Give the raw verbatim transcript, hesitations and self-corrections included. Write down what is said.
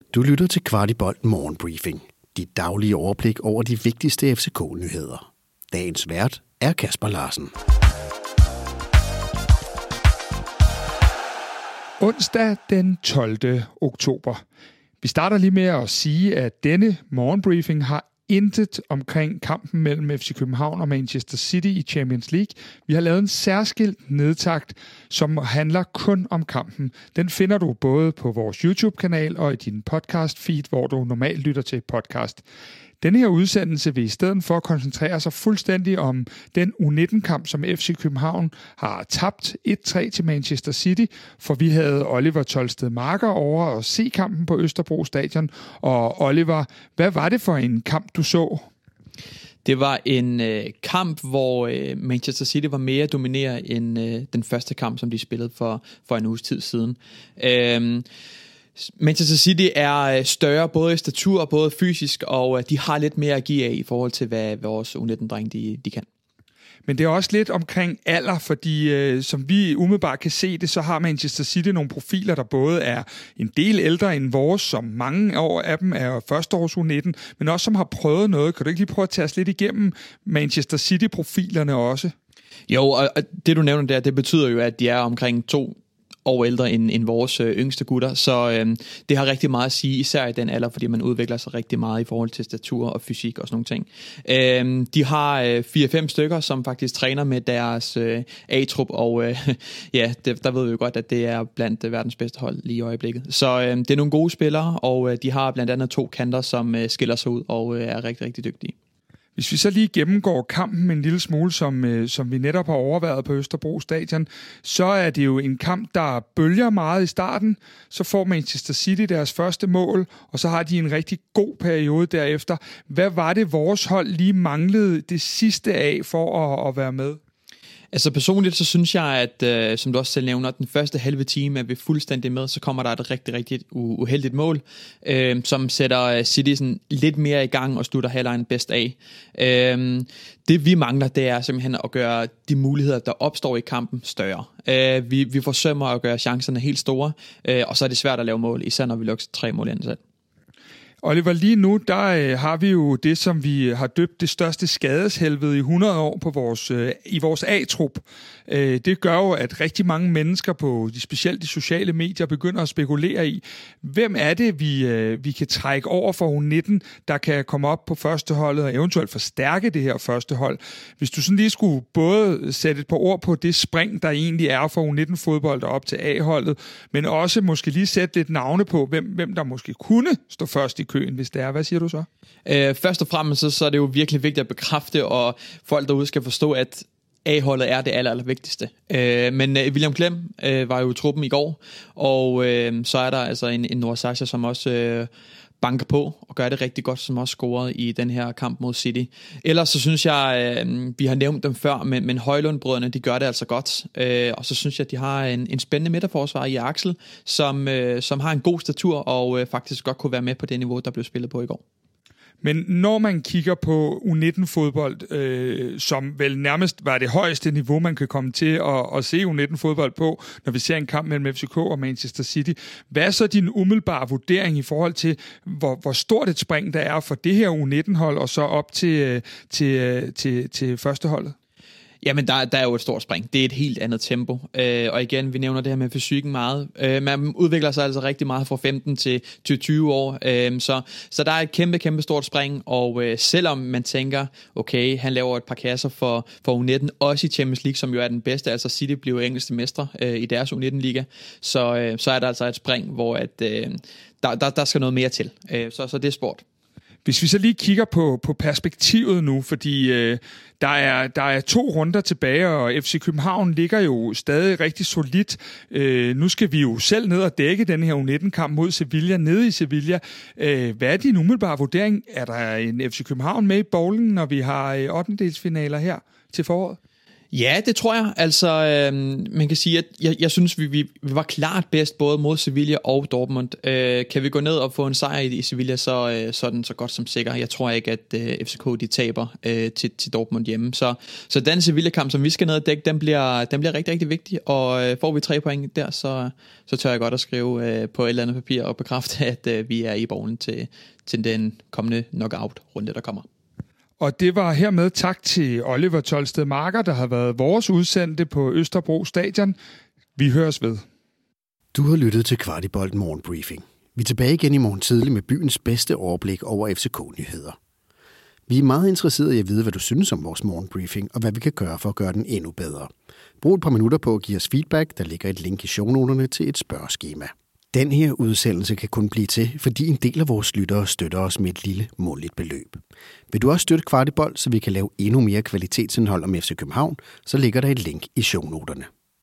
Du lytter til Kvartibolt Morgenbriefing. Dit daglige overblik over de vigtigste F C K-nyheder. Dagens vært er Kasper Larsen. Onsdag den tolvte oktober. Vi starter lige med at sige, at denne morgenbriefing har intet omkring kampen mellem F C København og Manchester City i Champions League. Vi har lavet en særskilt nedtakt, som handler kun om kampen. Den finder du både på vores YouTube-kanal og i din podcast-feed, hvor du normalt lytter til podcast. Denne her udsendelse vil i stedet for koncentrere sig fuldstændig om den U nitten-kamp, som F C København har tabt et tre til Manchester City, for vi havde Oliver Tolsted Marker over at se kampen på Østerbro Stadion. Og Oliver, hvad var det for en kamp, du så? Det var en øh, kamp, hvor øh, Manchester City var mere dominerende end øh, den første kamp, som de spillede for, for en uges tid siden. Øhm, Manchester City er større både i statur, både fysisk, og de har lidt mere at give af i forhold til, hvad vores U nitten-drenge de, de kan. Men det er også lidt omkring alder, fordi øh, som vi umiddelbart kan se det, så har Manchester City nogle profiler, der både er en del ældre end vores, som mange år af dem er førsteårs U nitten, men også som har prøvet noget. Kan du ikke lige prøve at tage os lidt igennem Manchester City-profilerne også? Jo, og det du nævner der, det betyder jo, at de er omkring to år ældre end, end vores øh, yngste gutter, så øh, det har rigtig meget at sige, især i den alder, fordi man udvikler sig rigtig meget i forhold til statur og fysik og sådan nogle ting. Øh, de har øh, fire fem stykker, som faktisk træner med deres øh, A-trup, og øh, ja, det, der ved vi jo godt, at det er blandt øh, verdens bedste hold lige i øjeblikket. Så øh, det er nogle gode spillere, og øh, de har blandt andet to kanter, som øh, skiller sig ud og øh, er rigtig, rigtig dygtige. Hvis vi så lige gennemgår kampen en lille smule, som, øh, som vi netop har overværet på Østerbro Stadion, så er det jo en kamp, der bølger meget i starten. Så får Manchester City deres første mål, og så har de en rigtig god periode derefter. Hvad var det, vores hold lige manglede det sidste af for at, at være med? Altså personligt, så synes jeg, at øh, som du også selv nævner, den første halve time er vi fuldstændig med, så kommer der et rigtig, rigtig uheldigt mål, øh, som sætter City sådan lidt mere i gang og slutter halvlejen bedst af. Øh, det vi mangler, det er simpelthen at gøre de muligheder, der opstår i kampen, større. Øh, vi, vi forsømmer at gøre chancerne helt store, øh, og så er det svært at lave mål, især når vi lukker tre mål ind selv. Oliver, lige nu, der øh, har vi jo det, som vi har døbt det største skadeshelvede i hundrede år på vores, øh, i vores A-trup. Øh, det gør jo, at rigtig mange mennesker på de, specielt de sociale medier begynder at spekulere i, hvem er det, vi, øh, vi kan trække over for U nitten, der kan komme op på førsteholdet og eventuelt forstærke det her første hold. Hvis du sådan lige skulle både sætte et par ord på det spring, der egentlig er for U nitten-fodbold op til A-holdet, men også måske lige sætte lidt navne på, hvem, hvem der måske kunne stå først i køen, hvis det er. Hvad siger du så? Øh, først og fremmest så, så er det jo virkelig vigtigt at bekræfte, og folk derude skal forstå, at A-holdet er det aller, aller vigtigste. Øh, men øh, William Klem øh, var jo i truppen i går, og øh, så er der altså en, en Noah Sacha, som også øh, banker på og gør det rigtig godt, som også scorede i den her kamp mod City. Ellers så synes jeg, øh, vi har nævnt dem før, men, men Højlund-brødrene, de gør det altså godt. Øh, og så synes jeg, at de har en, en spændende midterforsvar i Axel, som, øh, som har en god statur og øh, faktisk godt kunne være med på det niveau, der blev spillet på i går. Men når man kigger på U nitten-fodbold, øh, som vel nærmest var det højeste niveau, man kan komme til at, at se U nitten-fodbold på, når vi ser en kamp mellem F C K og Manchester City, hvad er så din umiddelbare vurdering i forhold til, hvor, hvor stort et spring der er for det her U nitten-hold, og så op til, til, til, til førsteholdet? Jamen, der, der er jo et stort spring. Det er et helt andet tempo. Øh, og igen, vi nævner det her med fysikken meget. Øh, man udvikler sig altså rigtig meget fra femten til tyve år. Øh, så, så der er et kæmpe, kæmpe stort spring. Og øh, selvom man tænker, okay, han laver et par kasser for, for U nitten, også i Champions League, som jo er den bedste. Altså City bliver engelske mestre øh, i deres U nitten-liga. Så, øh, så er der altså et spring, hvor at, øh, der, der, der skal noget mere til. Øh, så, så det er sport. Hvis vi så lige kigger på, på perspektivet nu, fordi øh, der, er, der er to runder tilbage, og F C København ligger jo stadig rigtig solidt. Øh, nu skal vi jo selv ned og dække den her U nitten-kamp mod Sevilla, nede i Sevilla. Øh, hvad er din umiddelbare vurdering? Er der en F C København med i bowlingen, når vi har øh, ottendedelsfinaler her til foråret? Ja, det tror jeg. Altså, øh, man kan sige, at jeg, jeg synes, vi, vi, vi var klart bedst både mod Sevilla og Dortmund. Øh, kan vi gå ned og få en sejr i, i Sevilla, så, øh, så er den så godt som sikker. Jeg tror ikke, at øh, F C K de taber øh, til, til Dortmund hjemme. Så, så den Sevilla-kamp, som vi skal ned og dække, den bliver, den bliver rigtig, rigtig vigtig. Og øh, får vi tre point der, så, så tør jeg godt at skrive øh, på et eller andet papir og bekræfte, at øh, vi er i borgen til, til den kommende knockout-runde, der kommer. Og det var hermed tak til Oliver Tolsted Marker, der har været vores udsendte på Østerbro Stadion. Vi høres ved. Du har lyttet til Kvartibolt Morgenbriefing. Vi er tilbage igen i morgen tidlig med byens bedste overblik over F C K-nyheder. Vi er meget interesserede i at vide, hvad du synes om vores morgenbriefing, og hvad vi kan gøre for at gøre den endnu bedre. Brug et par minutter på at give os feedback. Der ligger et link i shownoterne til et spørgeskema. Den her udsendelse kan kun blive til, fordi en del af vores lyttere støtter os med et lille månedligt beløb. Vil du også støtte Kvartibolt, så vi kan lave endnu mere kvalitetsindhold om F C København, så ligger der et link i shownoterne.